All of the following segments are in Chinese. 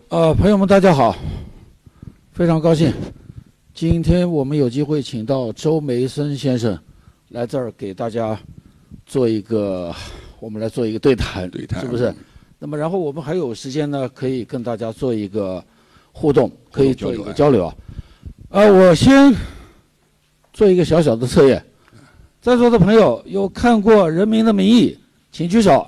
朋友们，大家好，非常高兴，今天我们有机会请到周梅森先生来这儿给大家做一个，我们来做一个对谈，是不是？那么，然后我们还有时间呢，可以跟大家做一个互动，可以做一个交流啊。我先做一个小小的测验，在座的朋友有看过《人民的名义》，请举手。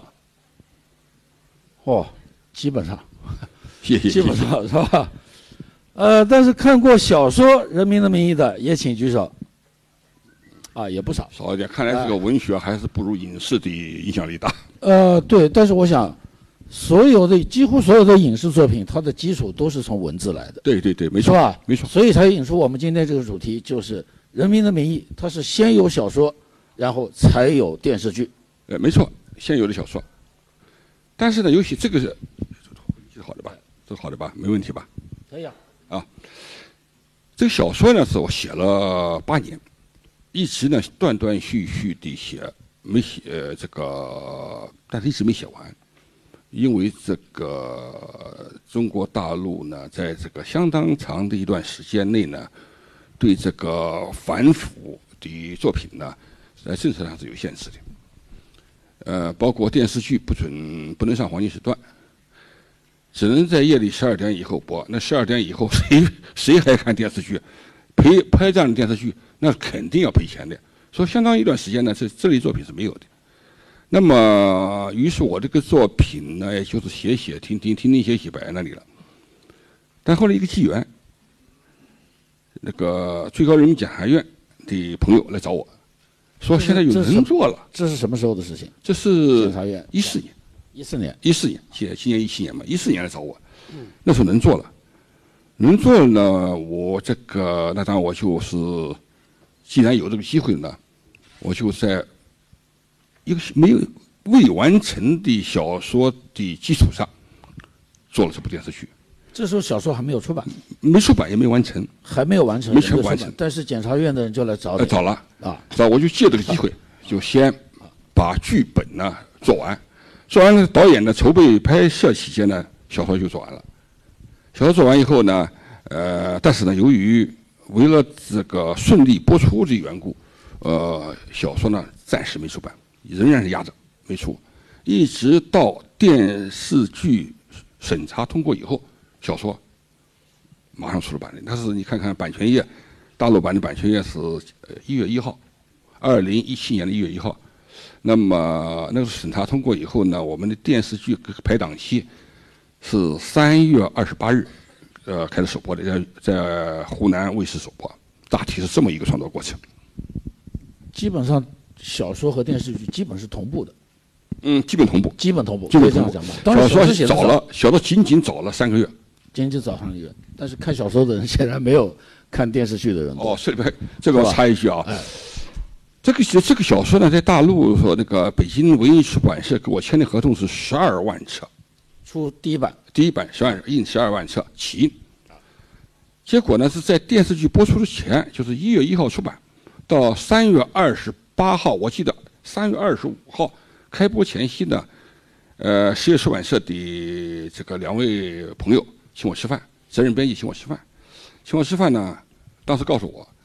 基本上。基本上是吧？但是看过小说《人民的名义》的也请举手。也不少。 少一点，看来这个文学还是不如影视的影响力大。 对，但是我想，几乎所有的影视作品，它的基础都是从文字来的。 对，没错， 是吧？ 没错。 所以才引出我们今天这个主题，就是《人民的名义》，它是先有小说，然后才有电视剧。 没错，先有的小说。但是呢，尤其这个是好的吧？这好的吧？没问题吧？ 可以啊。 这个小说呢，是我写了8年，一直呢断断续续地写，没写但是一直没写完，因为这个中国大陆呢，在这个相当长的一段时间内呢，对这个反腐的作品呢，在政策上是有限制的。包括电视剧不能上黄金时段。只能在夜里12点以后播，那12点以后谁还看电视剧？拍这样的电视剧，那肯定要赔钱的。所以相当一段时间呢，这类作品是没有的。那么，于是我这个作品呢，也就是写听写摆在那里了。但后来一个机缘，那个最高人民检察院的朋友来找我，说现在有人做了。 这是什么时候的事情？ 这是检察院 14年。 14年， 今年17年嘛，14年来找我，那时候能做了呢。我那当然我就是，既然有这个机会呢，我就在一个未完成的小说的基础上，做了这部电视剧。 这时候小说还没有出版， 没出版也没完成， 还没有完成， 没全完成。 但是检察院的人就来找你， 找了我就借这个机会，就先把剧本呢做完。做完了，导演的筹备拍摄期间呢，小说就做完了。小说做完以后呢，但是呢，由于为了这个顺利播出的缘故，小说呢暂时没出版，仍然是压着没出，一直到电视剧审查通过以后，小说马上出了版的。但是你看看版权页，大陆版的版权页是1月1号，2017年的1月1号。那么那个审查通过以后呢，我们的电视剧排档期是3月28日，开始首播的，在湖南卫视首播，大体是这么一个创作过程。 基本上小说和电视剧基本是同步的。 基本同步。 可以这样讲吧。 小说仅仅早了3个月。 仅仅早3个月，但是看小说的人显然没有看电视剧的人多。 这个我插一句啊。这个小说呢，在大陆说那个北京文艺出版社给我签的合同是12万册， 出第一版印12万册起印。结果呢是在电视剧播出之前，就是1月1号出版，到3月28号，我记得3月25号开播前夕呢，实业出版社的这个2位朋友请我吃饭，责任编辑请我吃饭呢，当时告诉我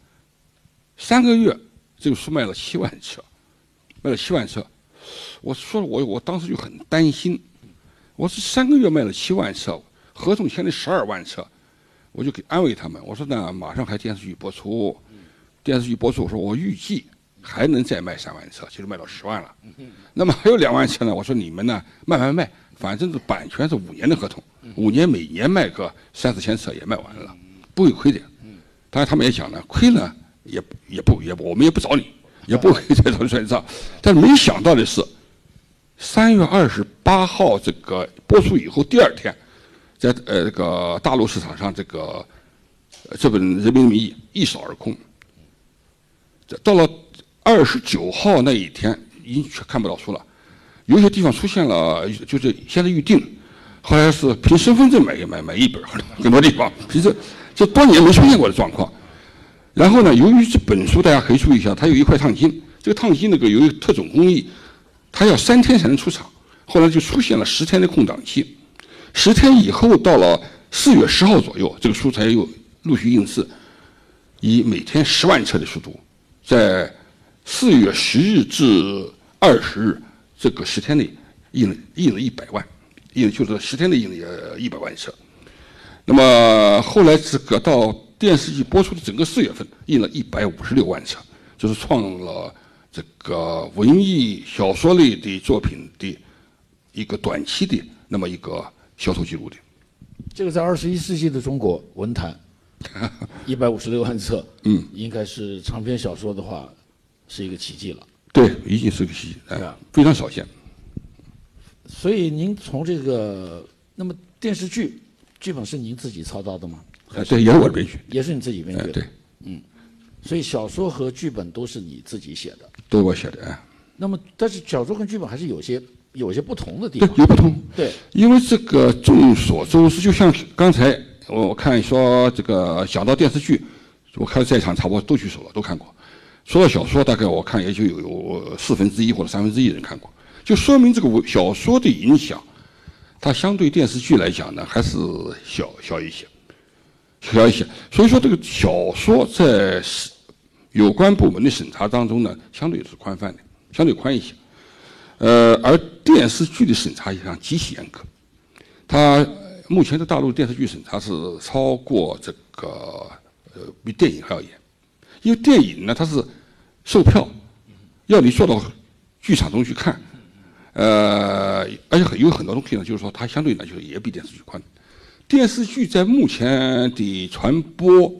，3个月。这个书卖了7万册，我当时就很担心，我是3个月卖了7万册，合同签的12万册，我就给安慰他们，我说呢，马上还电视剧播出，我说我预计还能再卖3万册，其实卖到10万了。那么还有2万册呢，我说你们呢慢慢卖，反正是版权是5年的合同，5年每年卖个3、4千册也卖完了，不会亏的。当然他们也讲呢，亏了。我们也不找你，也不会再找你算账。但是没想到的是，3月28号这个播出以后，第2天，在这个大陆市场上，这本《人民的名义》一扫而空。到了29号那一天，已经看不到书了，有些地方出现了，就是现在预定，后来是凭身份证买一本，很多地方这多年没出现过的状况。然后呢，由于这本书大家可以注意一下，它有一块烫金，这个烫金由于特种工艺，它要3天才能出厂，后来就出现了10天的空档期，10天以后到了 4月10号左右，这个书才又陆续印制，以每天10万册的速度，在4月10日至20日这个10天内印了100万，就是10天内印了100万册。那么后来这个到电视剧播出的整个4月份，印了156万册，就是创了这个文艺小说类的作品的一个短期的那么一个销售记录的。 这个在21世纪的中国文坛，156万册，应该是长篇小说的话，是一个奇迹了。 对，已经是个奇迹，非常少见。 所以您从这个，那么电视剧剧本是您自己操刀的吗？ 对，也是我的编剧， 也是你自己编剧的。 对， 所以小说和剧本都是你自己写的。 都是我写的。 那么，但是小说跟剧本还是有些不同的地方。 对，有不同。 对， 因为这个众所周知，就像刚才我看说这个讲到电视剧，我看在场差不多都举手了，都看过。说到小说，大概我看也就有1/4或者1/3人看过，就说明这个小说的影响，它相对电视剧来讲呢，还是小一些。所以说，这个小说在有关部门的审查当中呢，相对是宽泛的，相对宽一些。而电视剧的审查上极其严格，它目前在大陆电视剧审查是超过这个比电影还要严，因为电影呢它是售票，要你坐到剧场中去看，而且有很多东西呢，就是说它相对呢就是也比电视剧宽。电视剧在目前的传播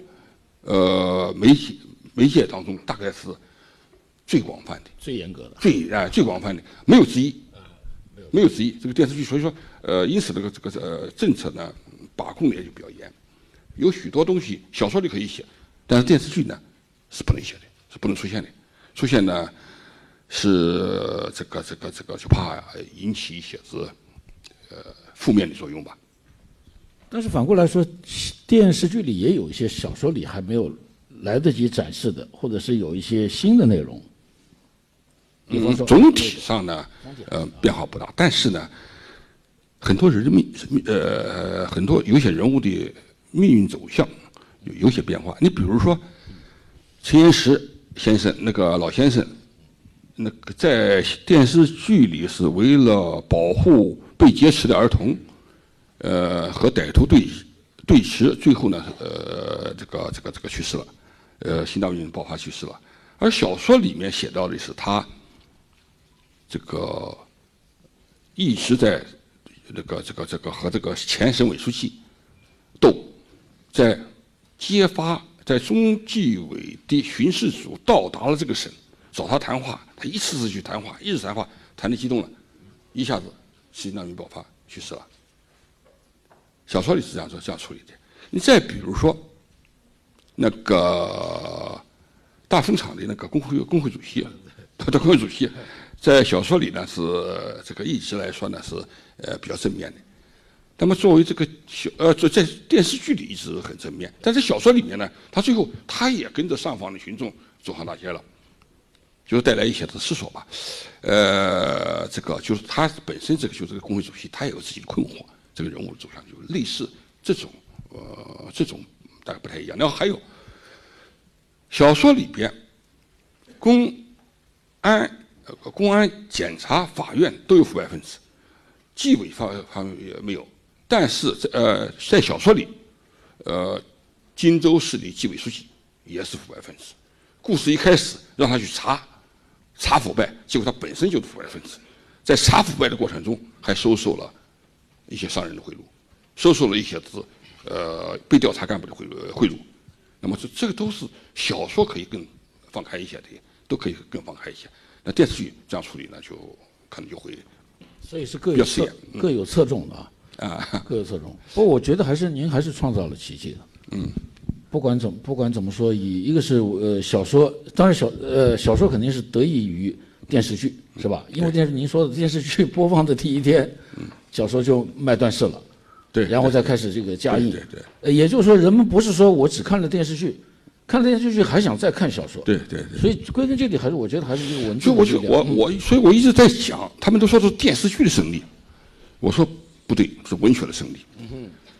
媒介当中，大概是最广泛的、 最严格的、 最广泛的，没有之一，没有之一。这个电视剧，所以说因此这个政策呢，把控的也就比较严。有许多东西小说里可以写，但是电视剧呢是不能写的，是不能出现的。出现呢是这个就怕引起一些负面的作用吧。 但是反过来说，电视剧里也有一些小说里还没有来得及展示的，或者是有一些新的内容。比方说， 总体上呢，变化不大，但是呢，很多人很多有些人物的命运走向有些变化。你比如说，陈岩石先生那个老先生，那个在电视剧里是为了保护被劫持的儿童。和歹徒对持，最后呢，这个去世了，心脏病爆发去世了。而小说里面写到的是他这个一直在这个和这个前省委书记斗，在中纪委的巡视组到达了这个省，找他谈话，他一次次去谈话，一直谈话，谈得激动了，一下子心脏病爆发去世了。小说里是这样处理的。你再比如说，那个大风厂的那个工会主席，他的工会主席，在小说里呢是这个一直来说呢是比较正面的。那么作为这个在电视剧里一直很正面，但在小说里面呢，他最后他也跟着上访的群众走上大街了，就是带来一些的思索吧。这个就是他本身这个工会主席，他也有自己的困惑。这个人物走向就类似这种大概不太一样。然后还有小说里边，公安、检察、法院都有腐败分子，纪委方面也没有。但是在小说里，荆州市的纪委书记也是腐败分子。故事一开始让他去查腐败，结果他本身就是腐败分子，在查腐败的过程中还收受了一些商人的贿赂，收受了一些被调查干部的贿赂。那么这个都是小说可以更放开一些的，都可以更放开一些。那电视剧这样处理呢，就可能就会所以是各有侧重的啊，各有侧重。不过我觉得您还是创造了奇迹的。不管怎么说，一个是小说，当然小说肯定是得益于电视剧，是吧？因为您说的电视剧播放的第一天，小说就卖断市了， 对， 然后再开始这个加印， 对， 也就是说，人们不是说我只看了电视剧，看了电视剧还想再看小说， 对， 所以归根结底我觉得还是这个文字。 所以我一直在想，他们都说是电视剧的胜利，我说不对，是文学的胜利。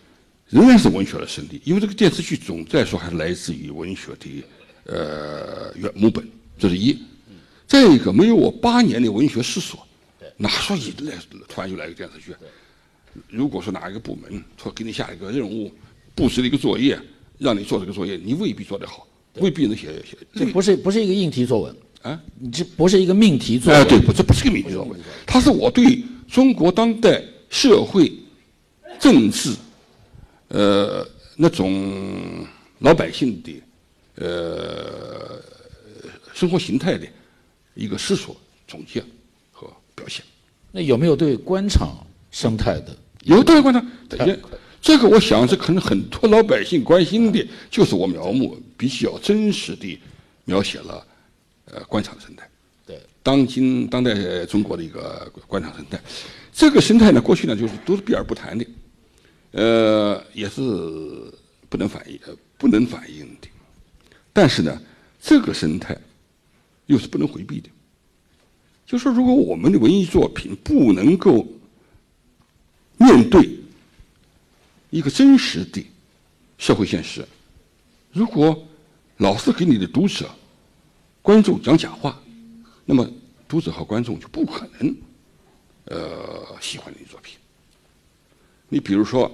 仍然是文学的圣地，因为这个电视剧总的来说还是来自于文学的母本，这是一。再一个，没有我8年的文学思索，哪说突然就来个电视剧？如果说哪一个部门说给你下一个任务，布置了一个作业，让你做这个作业，你未必做得好，未必能写。 这不是一个硬题作文啊， 你这不是一个命题作文。 对，这不是个命题作文，它是我对中国当代社会、政治，那种老百姓的生活形态的一个思索、总结和表现。 那有没有对官场生态的？ 有当然官场，这个我想是可能很多老百姓关心的，就是我比较真实的描写了官场生态。 对， 当代中国的一个官场生态，这个生态呢，过去呢都是避而不谈的，也是不能反映的。但是呢，这个生态又是不能回避的。就是说，如果我们的文艺作品不能够面对一个真实的社会现实，如果老是给你的读者、观众讲假话，那么读者和观众就不可能喜欢你的作品。你比如说，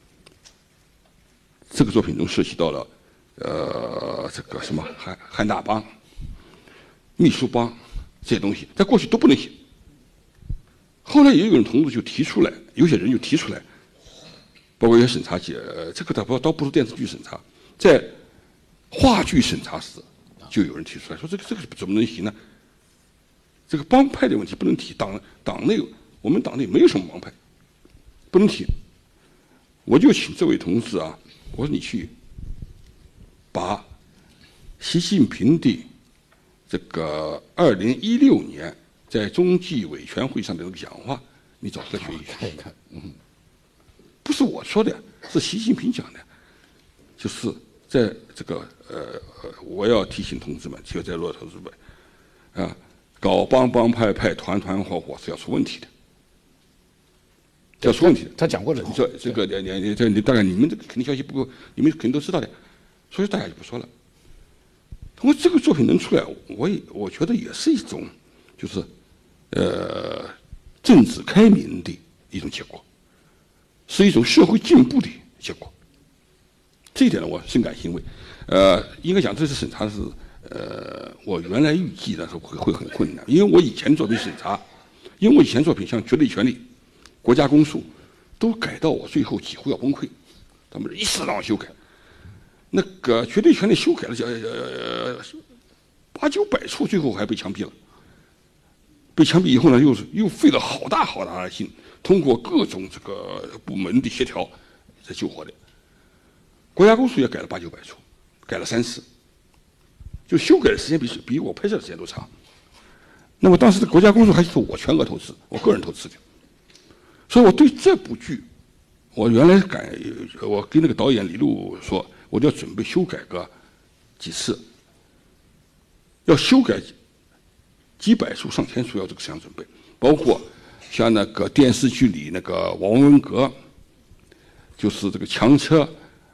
这个作品中涉及到了这个什么汉大帮、秘书帮这些东西，在过去都不能写。后来也有人同志就提出来，有些人就提出来，包括一些审查界，这个倒不是电视剧审查，在话剧审查时，就有人提出来说，这个怎么能行呢？这个帮派的问题不能提，党内我们党内没有什么帮派，不能提。我就请这位同志啊，我说你去把习近平的这个2016年在中纪委全会上的那个讲话，你找出来学一学。 看一看， 不是我说的，是习近平讲的，就是在这个我要提醒同志们，就在座的同志们，啊，搞帮派团伙是要出问题的，要出问题的。 他讲过这个你大概你们这个肯定消息不够，你们肯定都知道的，所以大家就不说了。通过这个作品能出来，我觉得也是一种，就是政治开明的一种结果，是一种社会进步的结果。这一点呢，我深感欣慰。应该讲这次审查是我原来预计的时候会很困难，因为我以前作品审查，因为我以前作品像《绝对权力》《国家公诉》都改到我最后几乎要崩溃，他们一直让我修改。那个绝对权力修改了800-900处，最后还被枪毙了。被枪毙以后呢，又费了好大的劲，通过各种这个部门的协调才救活的。国家公诉也改了800-900处，改了3次，就修改的时间比我拍摄的时间都长。那么当时的国家公诉还是我全额投资，我个人投资的。所以我对这部剧，我原来我跟那个导演李路说，我就要准备修改个几次，要修改几百处、上千处，要这个思想准备。包括像那个电视剧里那个王文革，就是这个强车，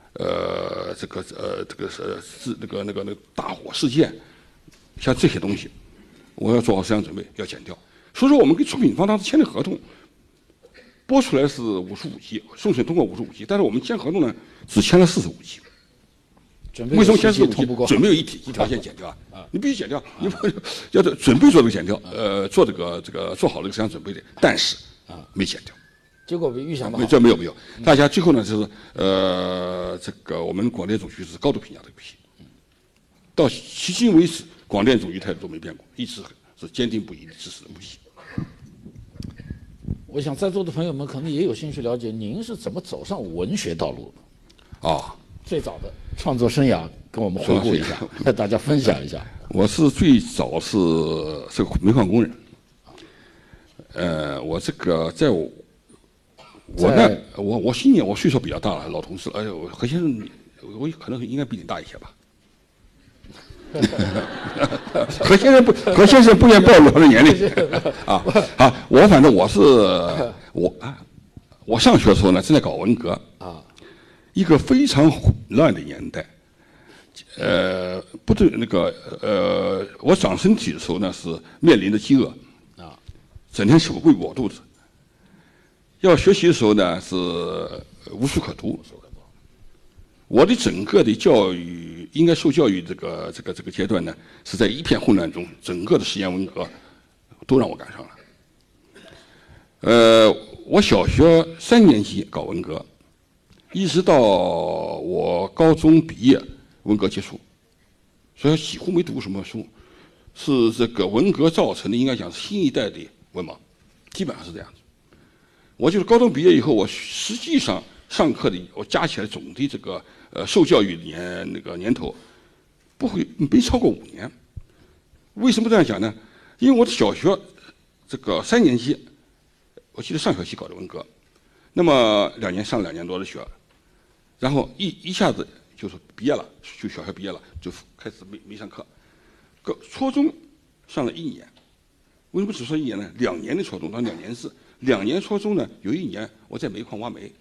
那个大火事件，像这些东西，我要做好思想准备，要剪掉。所以说，我们跟出品方当时签的合同，播出来是55集，送审通过55集，但是我们签合同呢，只签了45集。为什么签45集？准备有一条线剪掉啊！你必须剪掉，你要准备做这个剪掉，做这个做好这个思想准备的，但是没剪掉。 结果比预想的好。 这没有，大家最后呢就是这个我们广电总局是高度评价这部戏，到迄今为止，广电总局态度都没变过，一直是坚定不移的支持这部戏。 我想在座的朋友们可能也有兴趣了解，您是怎么走上文学道路的？ 啊， 最早的创作生涯跟我们回顾一下，和大家分享一下。 我是最早是个煤矿工人，我这个我今年我岁数比较大了，老同事了。何先生，我可能应该比你大一些吧。何先生不愿暴露他的年龄啊！我反正我上学的时候呢，正在搞文革啊。 一个非常混乱的年代。不对，我长身体的时候呢是面临着饥饿，整天吃喂不饱肚子。要学习的时候呢是无书可读。我的整个的教育，应该受教育这个阶段呢，是在一片混乱中，整个的实验文革都让我赶上了。我小学3年级搞文革，一直到我高中毕业，文革结束，所以几乎没读过什么书，是这个文革造成的，应该讲是新一代的文盲，基本上是这样子。我就是高中毕业以后，我实际上上课的，我加起来总的这个受教育年头，没超过5年。为什么这样讲呢？因为我的小学这个3年级，我记得上学期搞的文革，那么上2年多的学，然后一下子就是毕业了，就小学毕业了，就开始没上课。初中上了1年，为什么只说1年呢？2年的初中当2年制，2年初中呢有1年我在煤矿挖煤，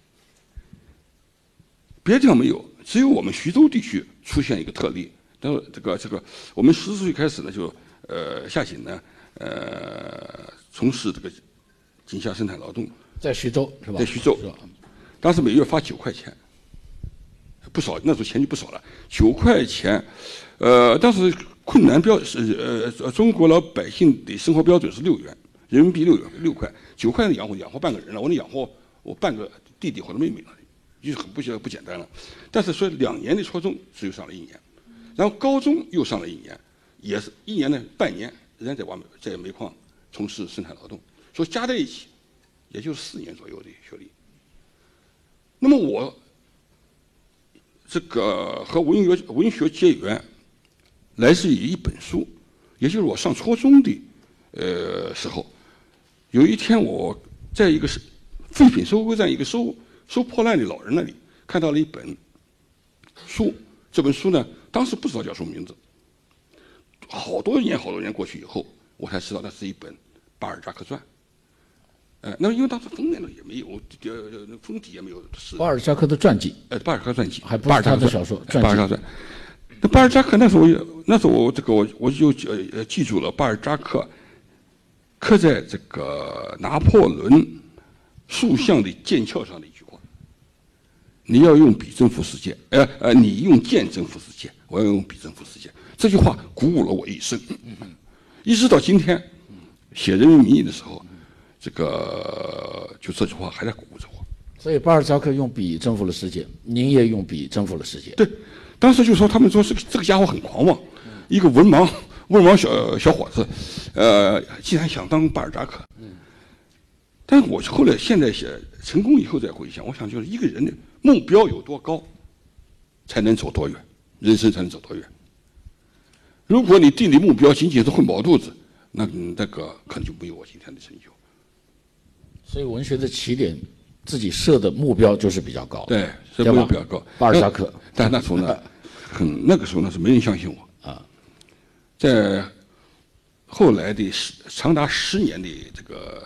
别的地方没有，只有我们徐州地区出现一个特例。但是这个我们14岁开始呢就下井呢从事这个井下生产劳动， 在徐州是吧？ 在徐州，当时每月发9块钱，不少，那时候钱就不少了。9块钱，当时困难中国老百姓的生活标准是6元，人民币6块，9块养活半个人了，我能养活我半个弟弟或者妹妹了，就是很不简单了。但是说2年的初中只有上了1年，然后高中又上了1年，也是1年呢半年仍然在煤矿从事生产劳动，所以加在一起也就是4年左右的学历。那么我这个和文学结缘，来自于一本书，也就是我上初中的时候，有一天我在一个废品收购站一个收破烂的老人那里看到了一本书，这本书呢当时不知道叫什么名字，好多年过去以后，我才知道那是一本巴尔扎克传。那么因为当时封面呢也没有，封底也没有，是巴尔扎克的传记， 巴尔扎克传记， 还不是他的小说传记。 巴尔扎克传，那巴尔扎克那时候我就记住了巴尔扎克刻在这个拿破仑塑像的剑鞘上的一句话：你要用笔征服世界，你用剑征服世界，我要用笔征服世界。这句话鼓舞了我一生，一直到今天写《人民名义》的时候。就这句话还在鼓舞着我。 所以巴尔扎克用笔征服了世界，您也用笔征服了世界。 对，当时就说他们说这个家伙很狂妄，一个文盲小伙子，竟然想当巴尔扎克。但是我后来现在成功以后再回想，我想就是一个人的目标有多高，才能走多远，人生才能走多远。如果你定的目标仅仅是混饱肚子，那个可能就没有我今天的成就。 所以文学的起点，自己设的目标就是比较高。 对，设目标比较高。 巴尔扎克， 但那时候呢，那个时候呢是没人相信我啊。在后来的长达10年的这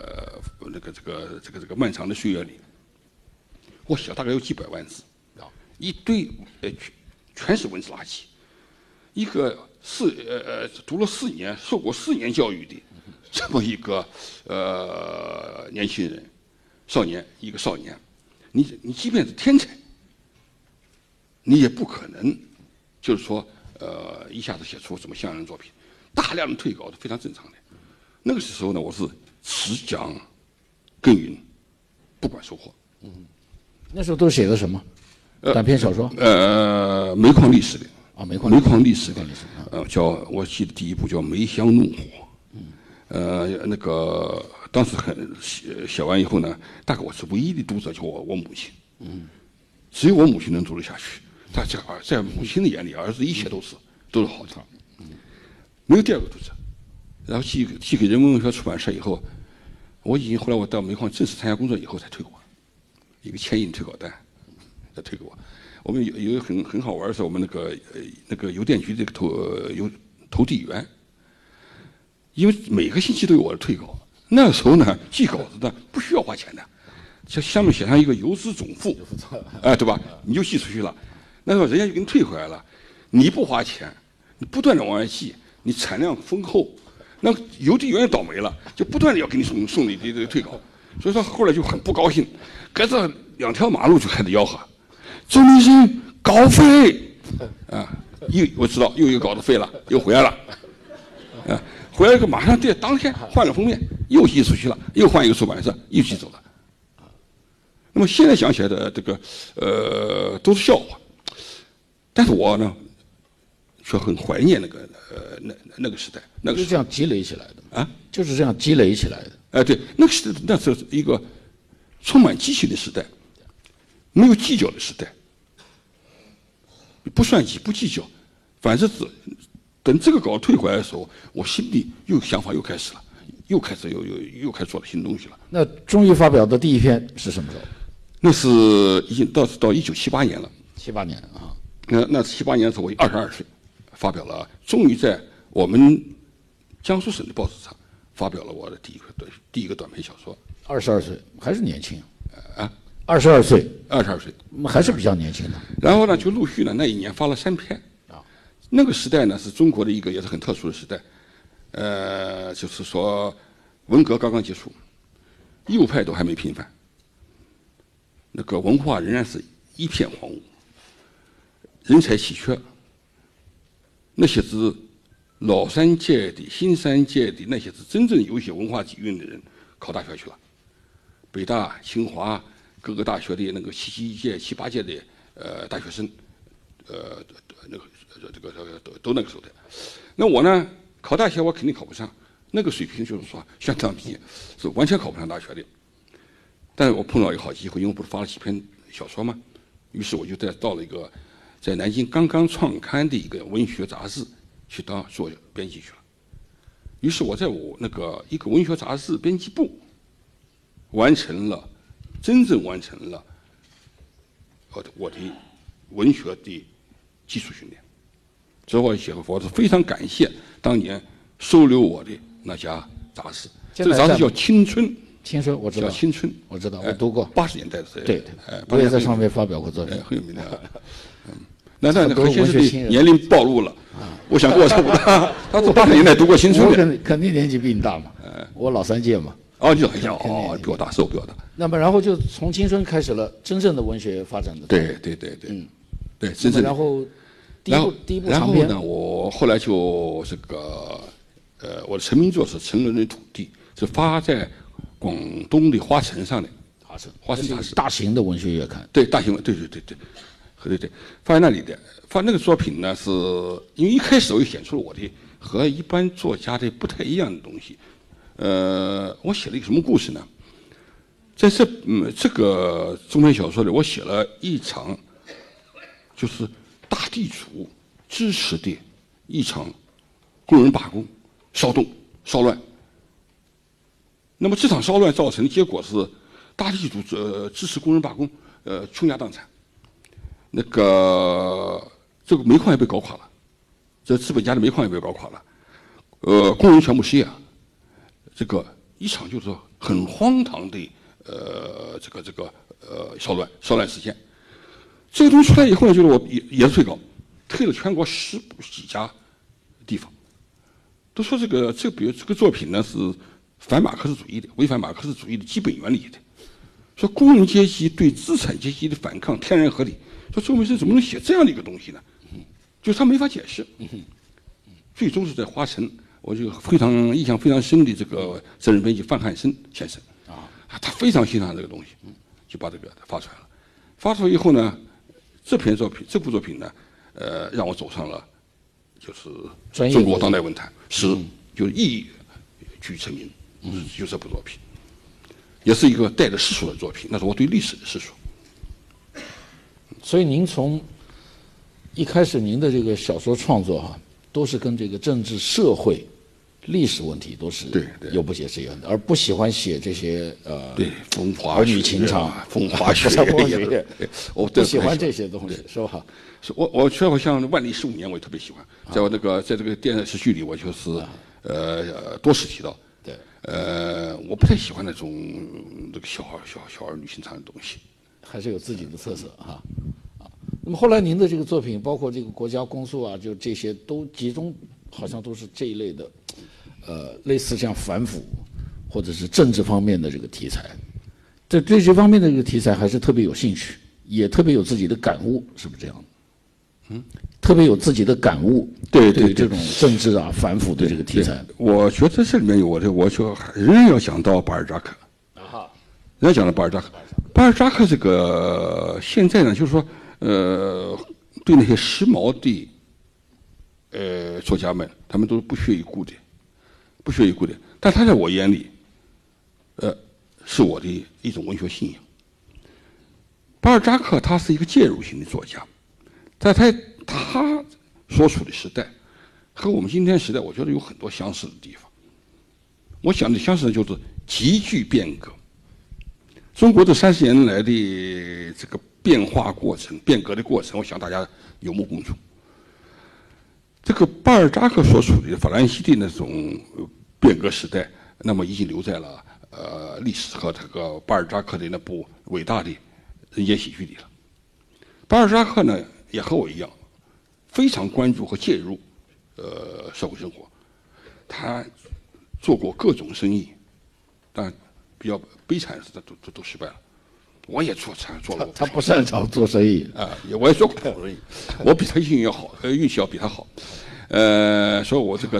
个漫长的岁月里，我写了大概有几百万字，一堆全是文字垃圾。一个读了4年、受过4年教育的这么一个年轻人、一个少年，你即便是天才，你也不可能就是说一下子写出什么像样作品，大量的退稿是非常正常的。那个时候呢，我是只讲耕耘，不管收获。 那时候都写的什么？短篇小说？ 煤矿历史的。 煤矿历史的，我记得第一部叫《梅香怒火》。当时写完以后呢，大概我是唯一的读者，就我母亲。只有我母亲能读得下去。在母亲的眼里，儿子一切都是好的。没有第二个读者。然后寄给人民文学出版社以后，后来我到煤矿正式参加工作以后才退过，一个签印退稿单，再退给我。我们有很好玩的是，我们那个邮电局这个投递员，因为每个星期都有我的退稿。那时候呢，寄稿子呢不需要花钱的， 下面写上一个有资总付，哎，对吧？你就寄出去了，那么人家就给你退回来了。你不花钱，你不断的往外寄，你产量丰厚，那邮递员也倒霉了，就不断的要给你送你的退稿。所以说后来就很不高兴，隔着2条马路就开始吆喝：“周明生稿费！”啊，我知道又一个稿子废了，又回来了。啊，回来以后马上当天换了封面，又寄出去了，又换一个出版社，又寄走了。那么现在想起来的这个都是笑话，但是我呢却很怀念那个时代， 就是这样积累起来的啊， 就是这样积累起来的。 哎，对，那是一个充满激情的时代，没有计较的时代，不算计不计较，反正是等这个稿退回来的时候，我心里想法又开始了，又开始做了新东西了。 那终于发表的第一篇是什么时候？ 那是已经到1978年了。 78年啊。 那78年的时候，我22岁，发表了，终于在我们江苏省的报纸上发表了我的第一个短篇小说。 22岁还是年轻啊？22岁 ，22岁还是比较年轻的。 然后呢，就陆续呢，那一年发了3篇。啊，那个时代呢，是中国的一个也是很特殊的时代。就是说，文革刚刚结束，右派都还没平反，那个文化仍然是一片荒芜，人才稀缺。那些是老三届的、新三届的那些是真正有些文化底蕴的人考大学去了，北大、清华各个大学的那个7届、7、8届的大学生，都那个时候的。那我呢，考大学我肯定考不上，那个水平就是说相当低，是完全考不上大学的。但是我碰到一个好机会，因为我不是发了几篇小说嘛，于是我就到了一个在南京刚刚创刊的一个文学杂志去做编辑去了。于是我在那个一个文学杂志编辑部真正完成了我的文学的基础训练。所以我是非常感谢当年收留我的那家杂志，这个杂志叫《青春》。 青春我知道， 叫《青春》， 我知道，我读过。 80年代的时候， 对，我也在上面发表过作品， 很有名的。那何先生的年龄暴露了，我想跟我差不多。他是80年代读过《青春》的， 我肯定年纪比你大嘛，我老3届嘛。 哦，你老3届，哦，比我大，是我比我大。 那么然后就从青春开始了真正的文学发展的。 对，真正。 然后第一部然长篇后呢，我后来就这个我的成名作是《沉沦的土地》，是发在广东的花城上的。花城杂志， 大型的文学月刊。 对，大型对，发在那里的。发那个作品呢，是因为一开始我就显出了我的和一般作家的不太一样的东西。我写了一个什么故事呢？在这个中篇小说里，我写了一场就是大地主支持的一场工人罢工、骚动、骚乱。那么这场骚乱造成的结果是，大地主支持工人罢工，倾家荡产。那个这个煤矿也被搞垮了，这资本家的煤矿也被搞垮了，工人全部失业。这个一场就是很荒唐的骚乱事件。这个东西出来以后呢，就是我也是退稿，退了全国10几家地方，都说比如这个作品呢是反马克思主义的，违反马克思主义的基本原理的，说工人阶级对资产阶级的反抗天然合理。说周明生怎么能写这样的一个东西呢？就是他没法解释。最终是在花城，我就印象非常深的这个责任编辑范汉生先生他非常欣赏这个东西，就把这个发出来了。发出来以后呢，这部作品呢，让我走上了就是中国当代文坛就是一举成名，就这部作品，也是一个带着世俗的作品，那是我对历史的世俗。 所以您从一开始您的这个小说创作都是跟这个政治、社会、历史问题都是有不解之缘的，而不喜欢写这些对风花儿女情长、 风花雪月， 我不喜欢这些东西，是吧？ 我像《万历15年》，我也特别喜欢，在这个电视剧里，我就是多次提到。 对， 我不太喜欢那种这个小儿女情长的东西， 还是有自己的特色哈。那么后来您的这个作品，包括这个国家公诉啊，就这些都集中，好像都是这一类的，类似这样反腐或者是政治方面的这个题材。对这方面的这个题材还是特别有兴趣，也特别有自己的感悟，是不是这样的？特别有自己的感悟。对这种政治啊、反腐的这个题材， 我觉得这里面有我就仍然要讲到巴尔扎克。仍然讲到巴尔扎克。巴尔扎克这个现在呢，就是说。对那些时髦的作家们，他们都是不屑一顾的，但他在我眼里，是我的一种文学信仰。巴尔扎克他是一个介入型的作家，在他所处的时代和我们今天时代，我觉得有很多相似的地方。我想的相似的就是急剧变革。中国这30年来的这个变革的过程，我想大家有目共睹。这个巴尔扎克所处的法兰西的那种变革时代，那么已经留在了历史和这个巴尔扎克的那部伟大的人间喜剧里了。巴尔扎克呢，也和我一样，非常关注和介入社会生活。他做过各种生意，但比较悲惨的是，他都失败了。我也做了。 他不擅长做生意啊，我也做过生意，我比他运气要好，运气要比他好。所以我这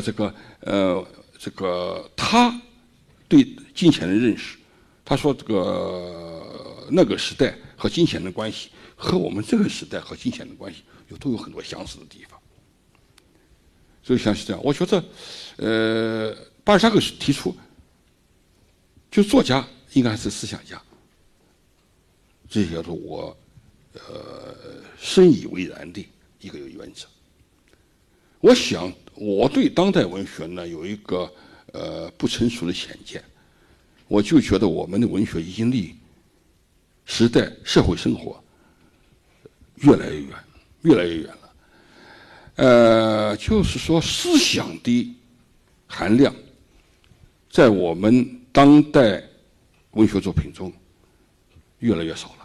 个他对金钱的认识，他说这个那个时代和金钱的关系，和我们这个时代和金钱的关系都有很多相似的地方。所以像是这样，我觉得巴尔扎克提出，就作家应该是思想家。这也是我深以为然的一个原则。我想我对当代文学呢有一个不成熟的浅见，我就觉得我们的文学已经离时代社会生活越来越远了。就是说思想的含量在我们当代文学作品中越来越少了。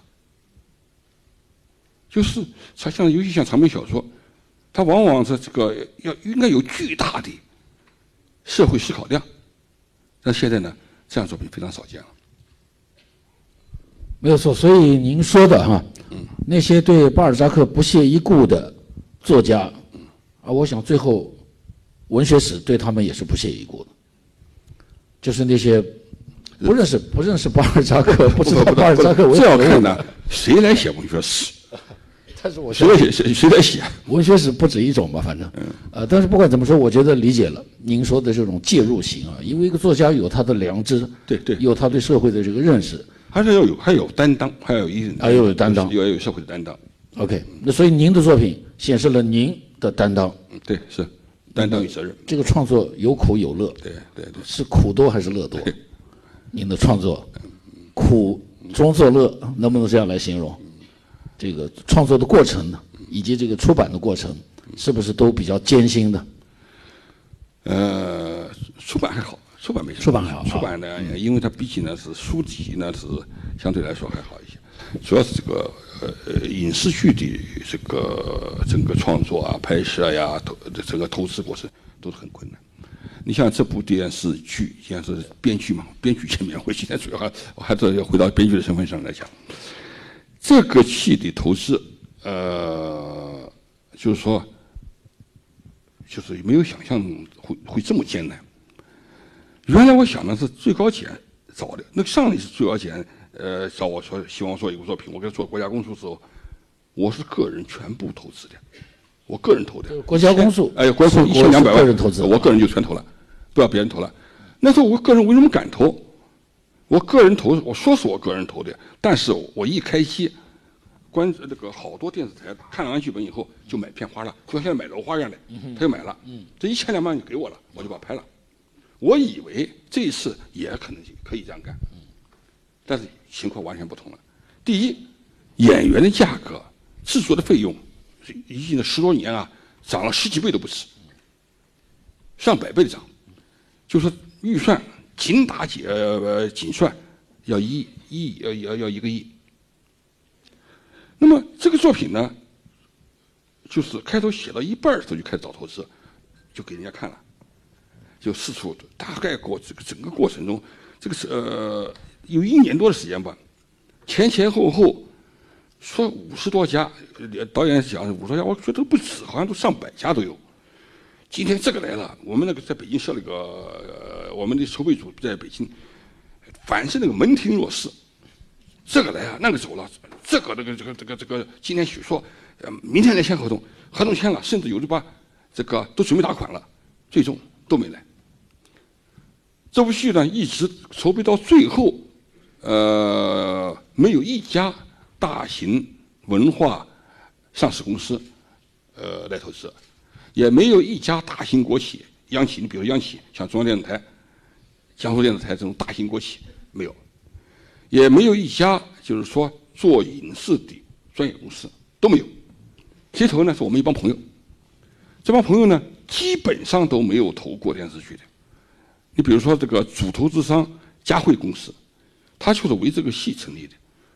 就是它尤其像长篇小说，它往往是这个应该有巨大的社会思考量，但现在呢，这样作品非常少见了。 没有错，所以您说的哈，那些对巴尔扎克不屑一顾的作家，我想最后文学史对他们也是不屑一顾的，就是那些不认识巴尔扎克，不知道巴尔扎克为这要看呢，谁来写文学史？ 但是我谁来写？ 文学史不止一种吧，反正，但是不管怎么说，我觉得理解了您说的这种介入型啊，因为一个作家有他的良知， 对， 有他对社会的这个认识， 还有担当，还要有担当，要有社会的担当。 OK， 那所以您的作品显示了您的担当， 对，是担当与责任。 这个创作有苦有乐， 对， 是苦多还是乐多？您的创作苦中作乐，能不能这样来形容？这个创作的过程呢，以及这个出版的过程，是不是都比较艰辛的？ 出版还好，出版没什么。 出版还好。 出版呢，因为它毕竟呢是书籍呢是相对来说还好一些，主要是这个影视剧的这个整个创作啊、拍摄呀、整个投资过程都是很困难。你像这部电视剧，现在是编剧嘛，编剧见面会，现在主要我还是要回到编剧的身份上来讲。这个戏的投资，就是说，就是没有想象中会这么艰难。原来我想的是最高检找的，那上一次最高检找我说希望做一个作品，我给他做国家公诉的时候，我是个人全部投资的，我个人投的。 国家公诉， 国家公诉1200万， 个人投资， 我个人就全投了，不要别人投了。那时候我个人为什么敢投？我个人投，我说是我个人投的，但是我一开机，这个好多电视台看完剧本以后就买片花了，就像现在买楼花一样的，他就买了，这1200万就给我了，我就把它拍了。我以为这一次也可能可以这样干，但是情况完全不同了。第一，演员的价格、制作的费用，已经10多年啊，涨了10几倍都不止，上100倍的涨，就是预算精打精算，要1个亿。那么这个作品呢，就是开头写到一半的时候就开始找投资，就给人家看了，就四处大概这个整个过程中，这个是有1年多的时间吧，前后说50多家，导演讲50多家，我觉得不止，好像都上百家都有。今天这个来了，我们那个在北京设了个我们的筹备组在北京，凡是那个门庭若市，这个来啊，那个走了，这个今天许说，明天来签合同，合同签了，甚至有的把这个都准备打款了，最终都没来。这部戏呢，一直筹备到最后，没有一家大型文化上市公司来投资，也没有一家大型国企、央企，你比如央企，像中央电视台、江苏电视台这种大型国企没有，也没有一家就是说做影视的专业公司都没有。接头呢是我们一帮朋友，这帮朋友呢基本上都没有投过电视剧的。你比如说这个主投资商嘉汇公司，他就是为这个戏成立的。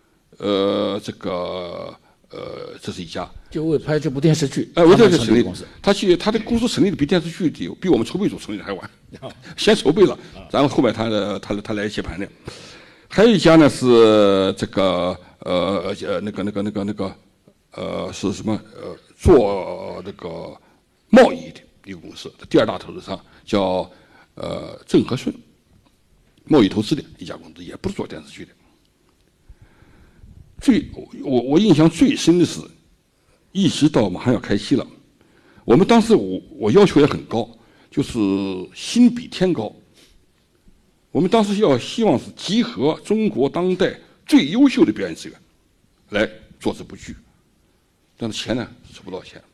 这是一家， 就为拍这部电视剧， 为这个成立公司， 他的公司成立的比电视剧比我们筹备组成立的还晚，先筹备了，然后后面他来接盘的。还有一家呢是这个是什么做这个贸易的一个公司，第2大投资商叫郑和顺，贸易投资的一家公司，也不是做电视剧的。我印象最深的是，一直到马上要开戏了，我们当时我要求也很高，就是心比天高。我们当时希望是集合中国当代最优秀的表演资源来做这部剧，但是钱呢筹不到钱。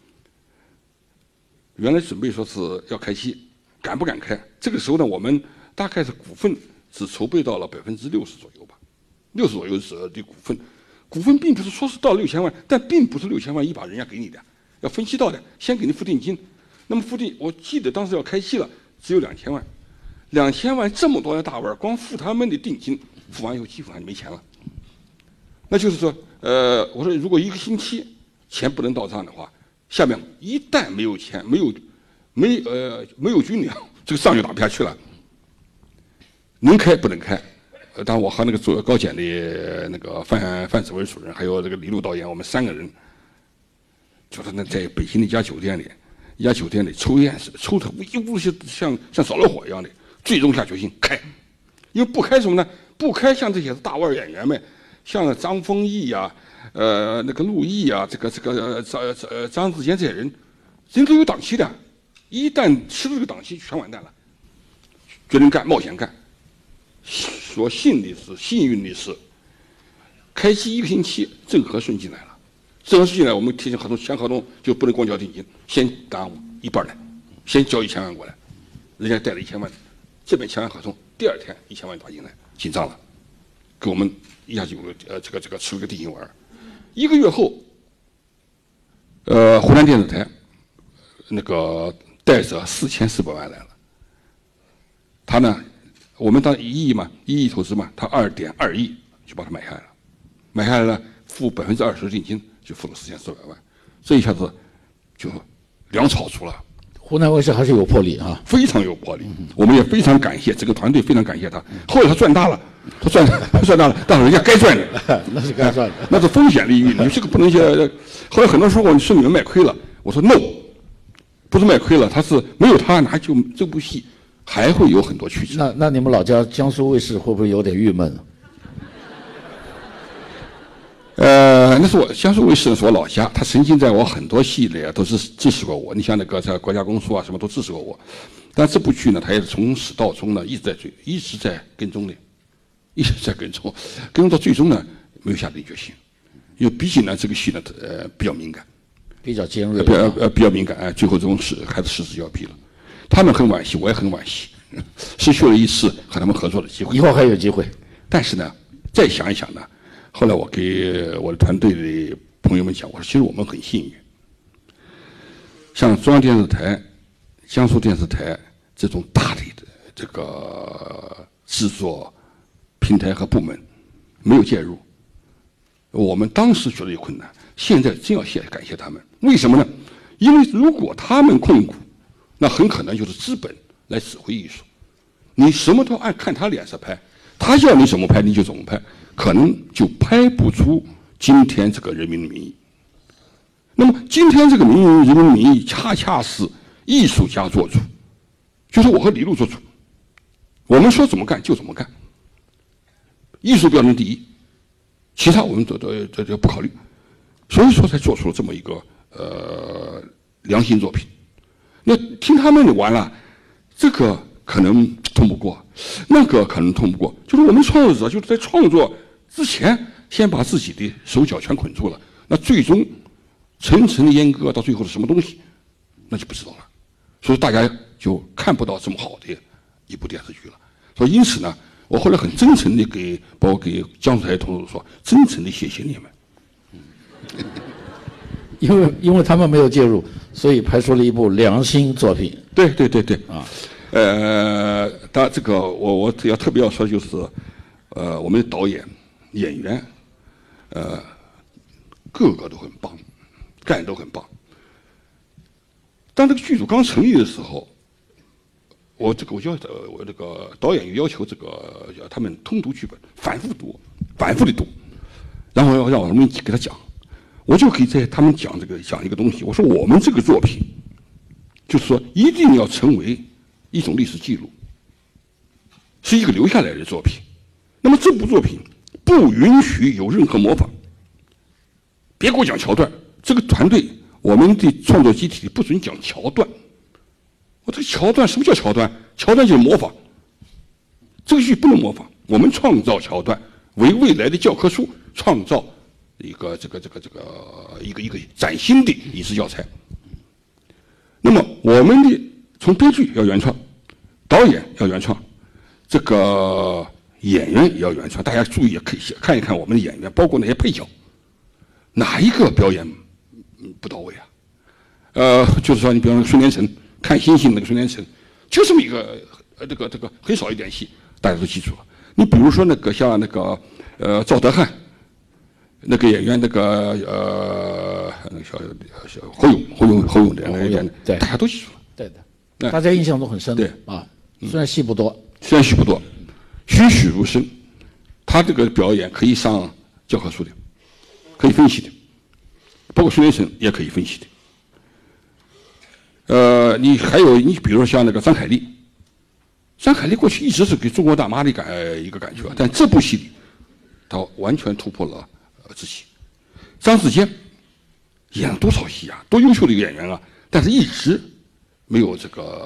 原来准备说是要开戏，敢不敢开？这个时候呢，我们大概是股份只筹备到了60%左右吧。60%左右是的股份并不是说是到6000万，但并不是6000万一把人家给你的，要分期到的，先给你付定金。那么我记得当时要开戏了，只有2000万，2000万这么多的大腕，光付他们的定金，付完以后基本上就没钱了。那就是说，我说如果1个星期钱不能到账的话，下面一旦没有钱，没有军粮，这个仗就打不下去了。能开不能开？当我和那个做高检的那个范子文主任，还有这个李路导演，我们3个人，就是那在北京的一家酒店里抽烟，抽的一屋子像着了火一样的，最终下决心开，因为不开什么呢？不开像这些大腕演员们，像张丰毅呀，那个陆毅呀，张志坚这些人都有档期的，一旦吃了这个档期全完蛋了，决定干，冒险干。所幸运的是，开机1个星期，郑和顺进来了。郑和顺进来，我们提前签合同就不能光交定金，先打一半来，先交1000万过来，人家带了1000万，这边签完合同，第2天1000万打进来，进账了，给我们一下就吃了个定心丸。1个月后，湖南电视台那个带着4400万来了，他呢。我们当1亿嘛，1亿投资嘛，他2.2亿就把它买下来了，买下来了，付20%定金，就付了4400万，这一下子就粮草出了。 湖南卫视还是有魄力啊， 非常有魄力。我们也非常感谢这个团队，非常感谢他。后来他赚大了，赚大了，但是人家该赚的， 那是该赚的， 那是风险利益，你这个不能后来很多人说是你们卖亏了，我说 no， 不是卖亏了，他是没有他哪就这部戏。还会有很多曲折。 那你们老家江苏卫视会不会有点郁闷呢？ 那是江苏卫视是我老家，他曾经在我很多戏里都是支持过我。你像那个在国家公诉啊什么都支持过我，但这部剧呢，他也是从始到终呢一直在跟踪的，一直在跟踪到最终呢没有下定决心，因为毕竟呢这个戏呢比较敏感， 比较尖锐， 比较敏感，最后这种还是失之交臂了。他们很惋惜，我也很惋惜，失去了一次和他们合作的机会。 以后还有机会。 但是呢，再想一想呢，后来我给我的团队的朋友们讲，我说其实我们很幸运，像中央电视台、江苏电视台这种大的这个制作平台和部门没有介入，我们当时觉得有困难，现在真要感谢他们。为什么呢？因为如果他们控股，那很可能就是资本来指挥艺术，你什么都看他脸色拍，他要你怎么拍你就怎么拍，可能就拍不出今天这个《人民的名义》。那么今天这个《人民的名义》恰恰是艺术家做主，就是我和李路做主，我们说怎么干就怎么干，艺术标准第一，其他我们都不考虑，所以说才做出了这么一个良心作品。那听他们完了，这个可能通不过，那个可能通不过，就是我们创作者就是在创作之前先把自己的手脚全捆住了，那最终层层的阉割到最后是什么东西，那就不知道了。所以大家就看不到这么好的一部电视剧了。所以因此呢，我后来很真诚的包括给江苏台同志说，真诚的谢谢你们。 因为他们没有介入，所以拍出了一部良心作品。 对啊，当然这个我要特别要说的就是，我们的导演、演员，个个都很棒，干得都很棒。当这个剧组刚成立的时候，我这个导演要求他们通读剧本，反复的读，然后要让我们给他讲。我就可以在他们讲一个东西，我说我们这个作品，就是说一定要成为一种历史记录，是一个留下来的作品。那么这部作品不允许有任何模仿，别给我讲桥段。这个团队，我们的创作集体不准讲桥段。我这个桥段什么叫桥段？桥段就是模仿，这个剧不能模仿。我们创造桥段，为未来的教科书创造一个崭新的影视教材。那么我们的从编剧要原创，导演要原创，这个演员也要原创。大家注意也可以看一看我们的演员，包括那些配角，哪一个表演不到位啊？就是说你比方说孙连成看星星那个孙连成，就这么一个这个很少一点戏，大家都记住了。你比如说像赵德汉。那个演员，那个小侯勇的那个演的， 对， 大家都记住了。 对的，大家印象都很深。 对啊，虽然戏不多， 栩栩如生。他这个表演可以上教科书的，可以分析的，包括孙连成也可以分析的。你比如说像那个张凯丽过去一直是给中国大妈的一个感觉，但这部戏里，他完全突破了自己。张志坚演了多少戏啊，多优秀的一个演员啊，但是一直没有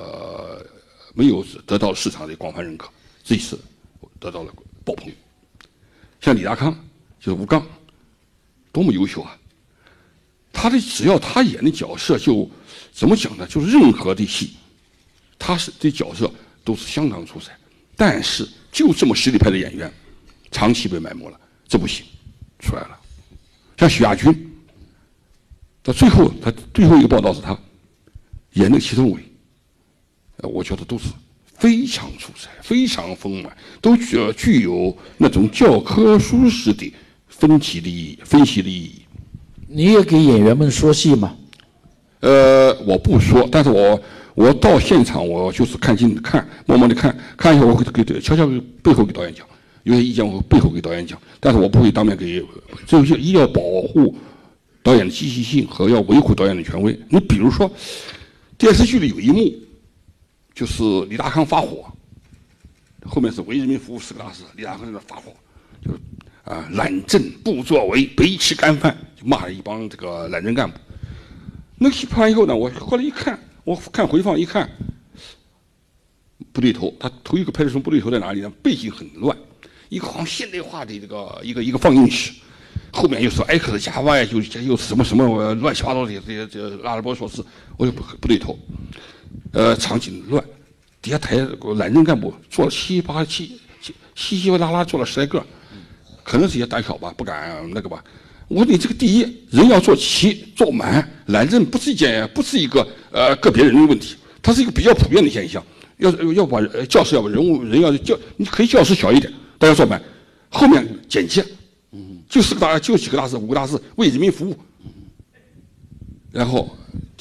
得到市场的广泛认可，这一次得到了爆棚。像李达康就是吴刚，多么优秀啊！只要他演的角色就怎么讲呢？就是任何的戏，他的角色都是相当出彩。但是就这么实力派的演员，长期被埋没了。这部戏出来了，像许亚军，到最后他最后一个报道是他演那个祁同伟，我觉得都是非常出彩，非常丰满，都具有那种教科书式的分析的意义。 你也给演员们说戏吗？ 我不说，但是我到现场，我就是默默的看一下，我会悄悄背后给导演讲，有些意见我背后给导演讲，但是我不会当面给，这些一定要保护导演的积极性和要维护导演的权威。你比如说，电视剧里有一幕，就是李达康发火，后面是为人民服务4个大师，李达康在那发火，就是懒政不作为，白吃干饭，就骂了一帮这个懒人干部。那个戏拍完以后呢，我后来一看，我看回放一看，不对头。他头一个拍的时候不对头在哪里呢？背景很乱，一个好像现代化的这个一个放映室，后面又是 X 加 Y， 又是什么乱七八糟的这阿拉伯数字，我就不对头。场景乱，底下台懒人干部做了稀稀拉拉做了10来个，可能是也胆小吧，不敢那个吧。我说你这个第一人要做齐做满，懒政不是一个个别人的问题，它是一个比较普遍的现象。 要把教室要把人要你可以教室小一点，大家坐满，后面简洁，就几个大字，5个大字，为人民服务。然后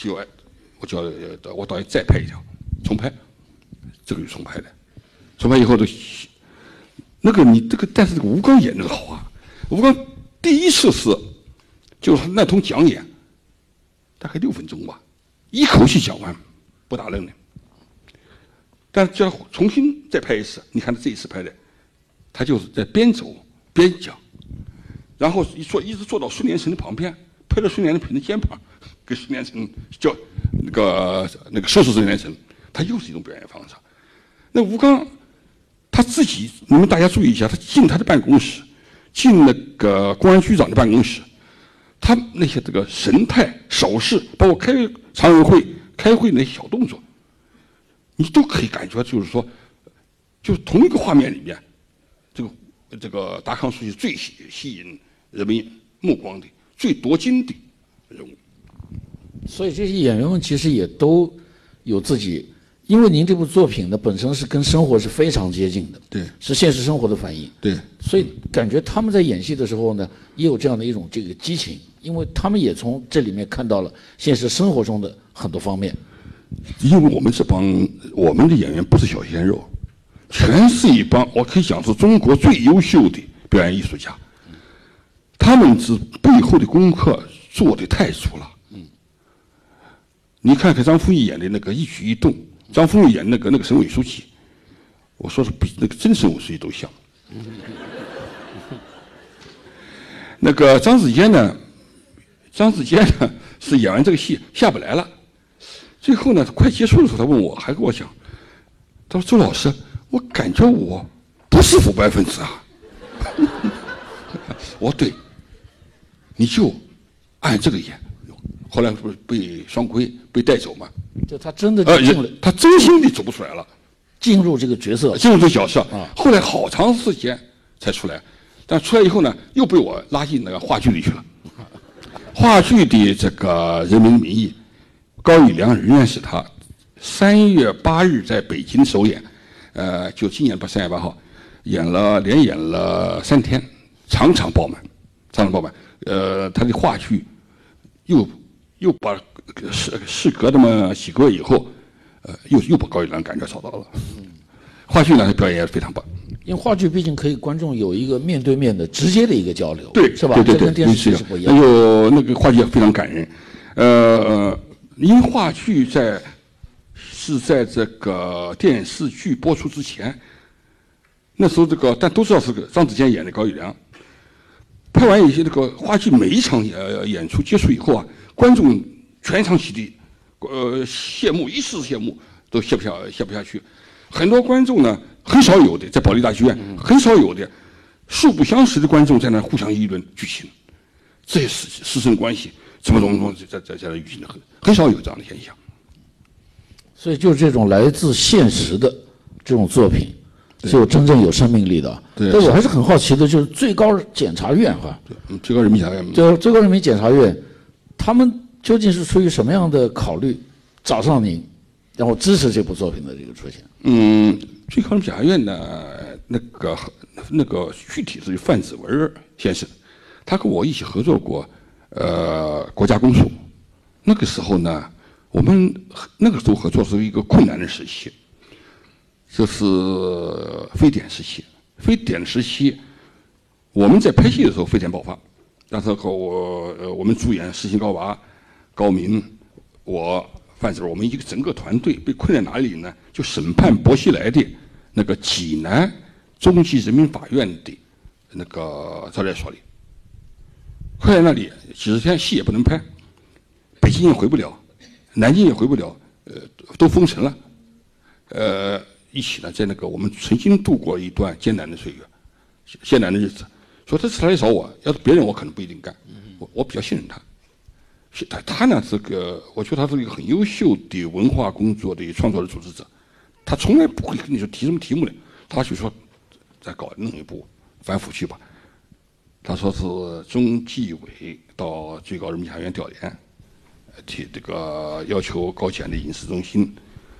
我导演再拍一条，重拍，这个就重拍的，重拍以后但是这个吴刚演的好啊，吴刚第一次就是那通讲演，大概6分钟吧，一口气讲完，不打愣的。但是就要重新再拍一次，你看他这一次拍的，他就是在边走边讲，然后一直坐到孙连成的旁边，拍到孙连成的肩膀，给孙连成叫那个收拾孙连成，他又是一种表演方式。那吴刚他自己，你们大家注意一下，他进他的办公室，进那个公安局长的办公室，他那些这个神态、手势，包括常委会开会那些小动作，你都可以感觉，就是说，就是同一个画面里面，这个达康书记最吸引人民目光的、最夺金的人物。 所以这些演员们其实也都有自己，因为您这部作品呢本身是跟生活是非常接近的， 对， 是现实生活的反应， 对， 所以感觉他们在演戏的时候呢，也有这样的一种这个激情，因为他们也从这里面看到了现实生活中的很多方面。 因为我们的演员不是小鲜肉，全是一帮我可以讲是中国最优秀的表演艺术家，他们背后的功课做得太足了。你看看张丰毅演的那个一举一动，张丰毅演那个省委书记，我说是比那个真省委书记都像。那个张子坚呢是演完这个戏下不来了，最后呢快结束的时候，他问我，还跟我讲，他说周老师，我感觉我不是腐败分子啊。我说对，你就按这个演。后来不是被双规被带走嘛？ 就他真的进了， 他真心的走不出来了， 进入这个角色， 进入这个角色啊。后来好长时间才出来，但出来以后呢，又被我拉进那个话剧里去了。话剧的这个《人民的名义》，高育良仍然是他3月8日在北京首演，就今年3月8号连演了3天，场场爆满。他的话剧又把事隔那么几个月以后，又把高育良感觉找到了。话剧呢，表演也非常棒。 因为话剧毕竟可以观众有一个面对面的直接的一个交流， 对， 是吧？ 对， 这跟电视剧是不一样。 那个话剧也非常感人。因为话剧是在这个电视剧播出之前，那时候但都知道是张子坚演的高育良。拍完一些这个话剧，每一场演出结束以后啊，观众全场起立，谢幕，一次谢幕都歇不下去。很多观众呢，很少有的在保利大剧院，很少有的素不相识的观众在那互相议论剧情，这些师生关系怎么在那舆情的很少有这样的现象。 所以就是这种来自现实的这种作品，是有真正有生命力的。 对， 但我还是很好奇的，就是最高检察院哈， 最高人民检察院， 就最高人民检察院，他们究竟是出于什么样的考虑找上您，然后支持这部作品的这个出现？ 最高人民检察院呢，那个具体是范子文先生，他跟我一起合作过，国家公署。那个时候呢，我们那个时候合作是一个困难的时期，就是非典时期。非典时期，我们在拍戏的时候，非典爆发。那时候我们主演施行高娃、高明，我范子文，我们整个团队被困在哪里呢？就审判薄熙来的那个济南中级人民法院的那个招待所里，困在那里几十天，戏也不能拍，北京也回不了，南京也回不了，都封城了，一起呢，在那个我们曾经度过一段艰难的岁月，艰难的日子。说这次他来找我，要是别人我可能不一定干，我比较信任他。他呢，我觉得他是一个很优秀的文化工作的创作的组织者，他从来不会跟你说提什么题目的，他就说再弄一部反腐剧吧。他说是中纪委到最高人民检察院调研，提这个要求高检的影视中心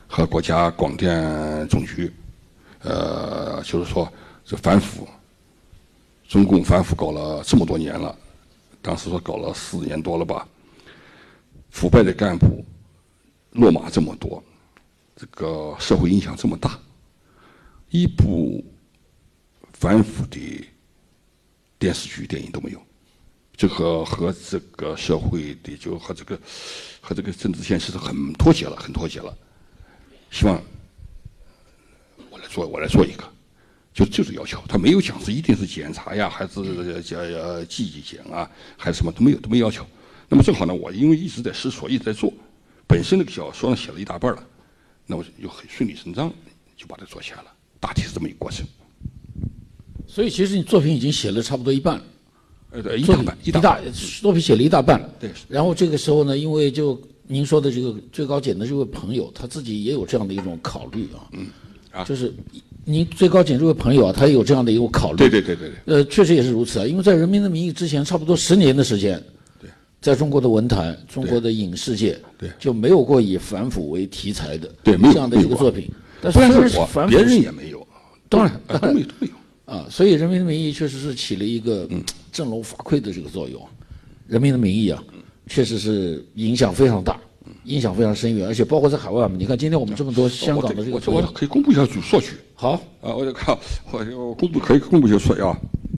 和国家广电总局，就是说这反腐，中共反腐搞了这么多年了，当时说搞了4年多了吧，腐败的干部落马这么多，这个社会影响这么大，一部反腐的电视剧、电影都没有，这个和这个社会的和这个政治现实是很脱节了。希望我来做一个，就是要求，他没有讲是一定是检查呀，还是纪检啊，还是什么都没有要求。那么正好呢，我因为一直在思索，一直在做，本身那个小说呢写了一大半了，那我就很顺理成章就把它做起来了，大体是这么一个过程。 所以其实你作品已经写了差不多一半了。 对，一大半， 作品写了一大半了。 对。 然后这个时候呢，因为就您说的这个最高检的这位朋友，他自己也有这样的一种考虑啊。就是您最高检这位朋友啊，他也有这样的一种考虑。 对。 确实也是如此啊，因为在《人民的名义》之前，差不多10年的时间， 对， 在中国的文坛、中国的影视界， 对， 就没有过以反腐为题材的这样的一个作品。但是别人也没有， 当然都没有。 所以《人民的名义》确实是起了一个振聋发聩的这个作用。《人民的名义》啊，确实是影响非常大，影响非常深远，而且包括在海外嘛。你看今天我们这么多香港的这个， 我可以公布一下索取。 好我就看我可以公布一下索取啊。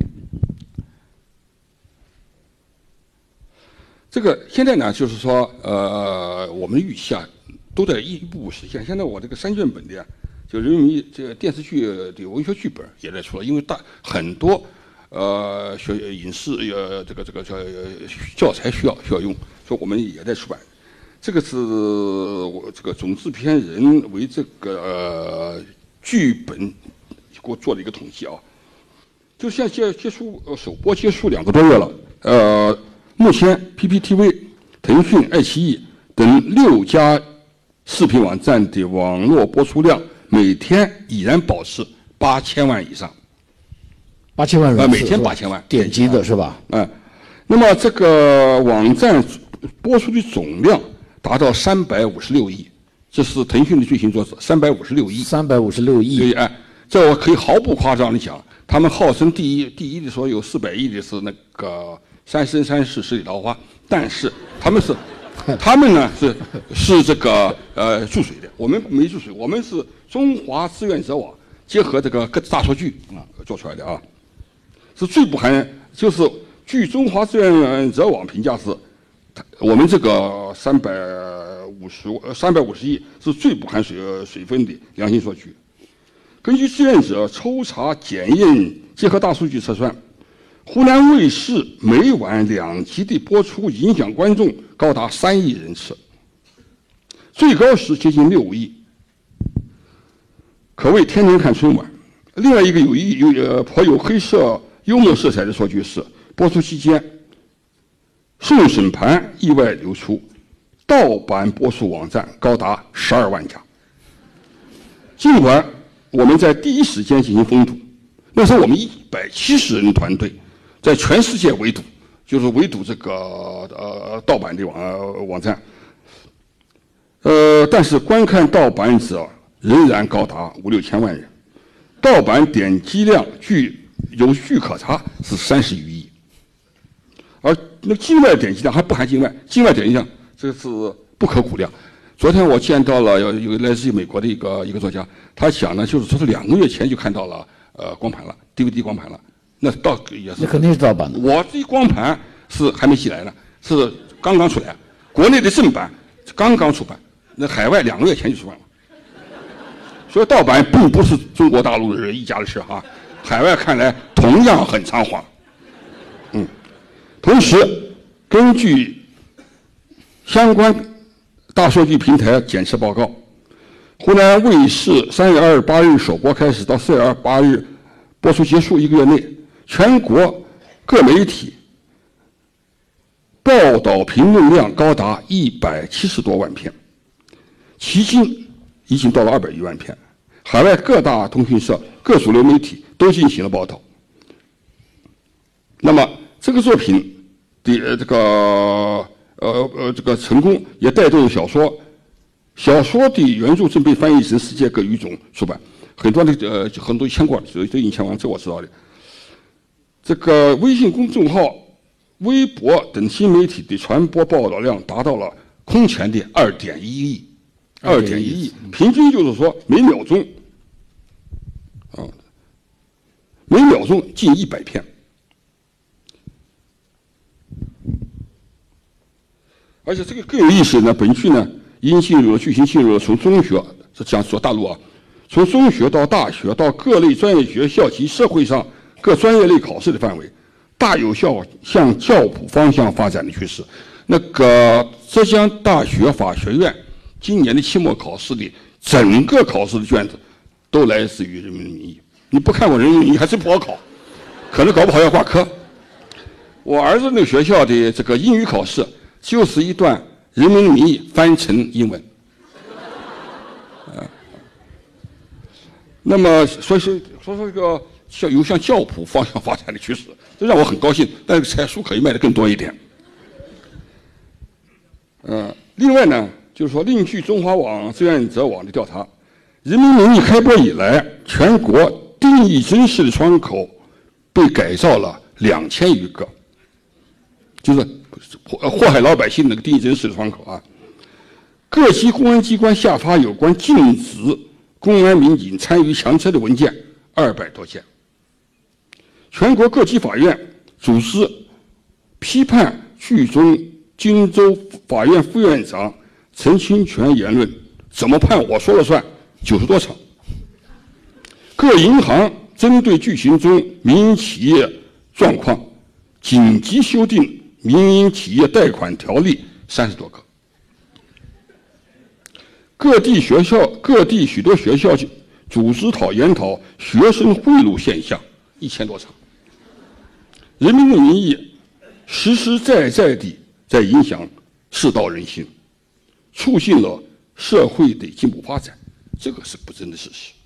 这个现在呢，就是说我们预期啊，都在一步步实现。现在我这个3卷本的。就《人民名义》这个电视剧的文学剧本也在出了，因为很多影视这个教材需要用，所以我们也在出版。这个是我这个总制片人为这个剧本给我做了一个统计啊，就现在首播结束2个多月了，目前 PPTV、腾讯、爱奇艺等6家视频网站的网络播出量。每天已然保持8000万以上 ，8000万人每天8000万点击的是吧？ 那么这个网站播出的总量达到356亿，这是腾讯的最新数字，356亿。 356亿。 对，这我可以毫不夸张的讲，他们号称第一的说有400亿的是那个《三生三世十里桃花》，但是他们呢是这个注水的，我们没注水，我们是中华志愿者网结合这个各大数据做出来的啊，是最不含，就是据中华志愿者网评价是，我们这个350亿是最不含水分的良心数据。根据志愿者抽查检验结合大数据测算，湖南卫视每晚2集的播出影响观众高达3亿人次，最高时接近6亿，可谓天天看春晚。另外一个颇有黑色幽默色彩的数据是，播出期间送审盘意外流出，盗版播出网站高达12万家。尽管我们在第一时间进行封堵，那时候我们170人团队在全世界围堵，就是围堵这个盗版的网站。但是观看盗版者仍然高达5、6千万人，盗版点击量有据可查是30余亿，而那境外点击量还不含境外点击量，这是不可估量。昨天我见到了有来自于美国的一个作家，他讲呢，就是说是2个月前就看到了光盘了 ，DVD 光盘了，那也是那肯定是盗版的。 我这光盘是还没寄来呢，是刚刚出来，国内的正版刚刚出版，那海外2个月前就出版了。所以盗版并不是中国大陆人一家的事哈，海外看来同样很猖狂。同时，根据相关大数据平台检测报告，湖南卫视3月28日首播开始到4月28日播出结束1个月内，全国各媒体报道评论量高达170多万篇，迄今已经到了201万篇。海外各大通讯社、各主流媒体都进行了报道。那么这个作品的这个成功，也带动小说小说的原著正被翻译成世界各语种出版，很多签过，都已经签完，这我知道的。这个微信公众号、微博等新媒体的传播报道量达到了空前的2.1亿，2.1亿，平均就是说每秒钟近100篇。而且这个更有意思呢，本剧呢剧情进入了从中学，这讲说大陆啊，从中学到大学到各类专业学校及社会上各专业类考试的范围，大有向教普方向发展的趋势。那个浙江大学法学院今年的期末考试的整个考试的卷子都来自于《人民的名义》，你不看过《人民的名义》还真不好考，可能搞不好要挂科。我儿子那个学校的这个英语考试就是一段《人民的名义》翻成英文。那么所以说这个有向教普方向发展的趋势，这让我很高兴。但是才书可以卖得更多一点。另外呢，就是说，另据中华网志愿者网的调查，《人民名义》开播以来，全国定义真实的窗口被改造了2000余个，就是祸害老百姓那个定义真实的窗口啊。各级公安机关下发有关禁止公安民警参与强车的文件200多件。全国各级法院组织批判剧中荆州法院副院长陈清泉言论，怎么判我说了算，90多场。各银行针对剧情中民营企业状况，紧急修订民营企业贷款条例30多个。各地许多学校组织研讨学生贿赂现象1000多场。人民的名义实实在在地在影响世道人心，促进了社会的进步发展，这个是不争的事实。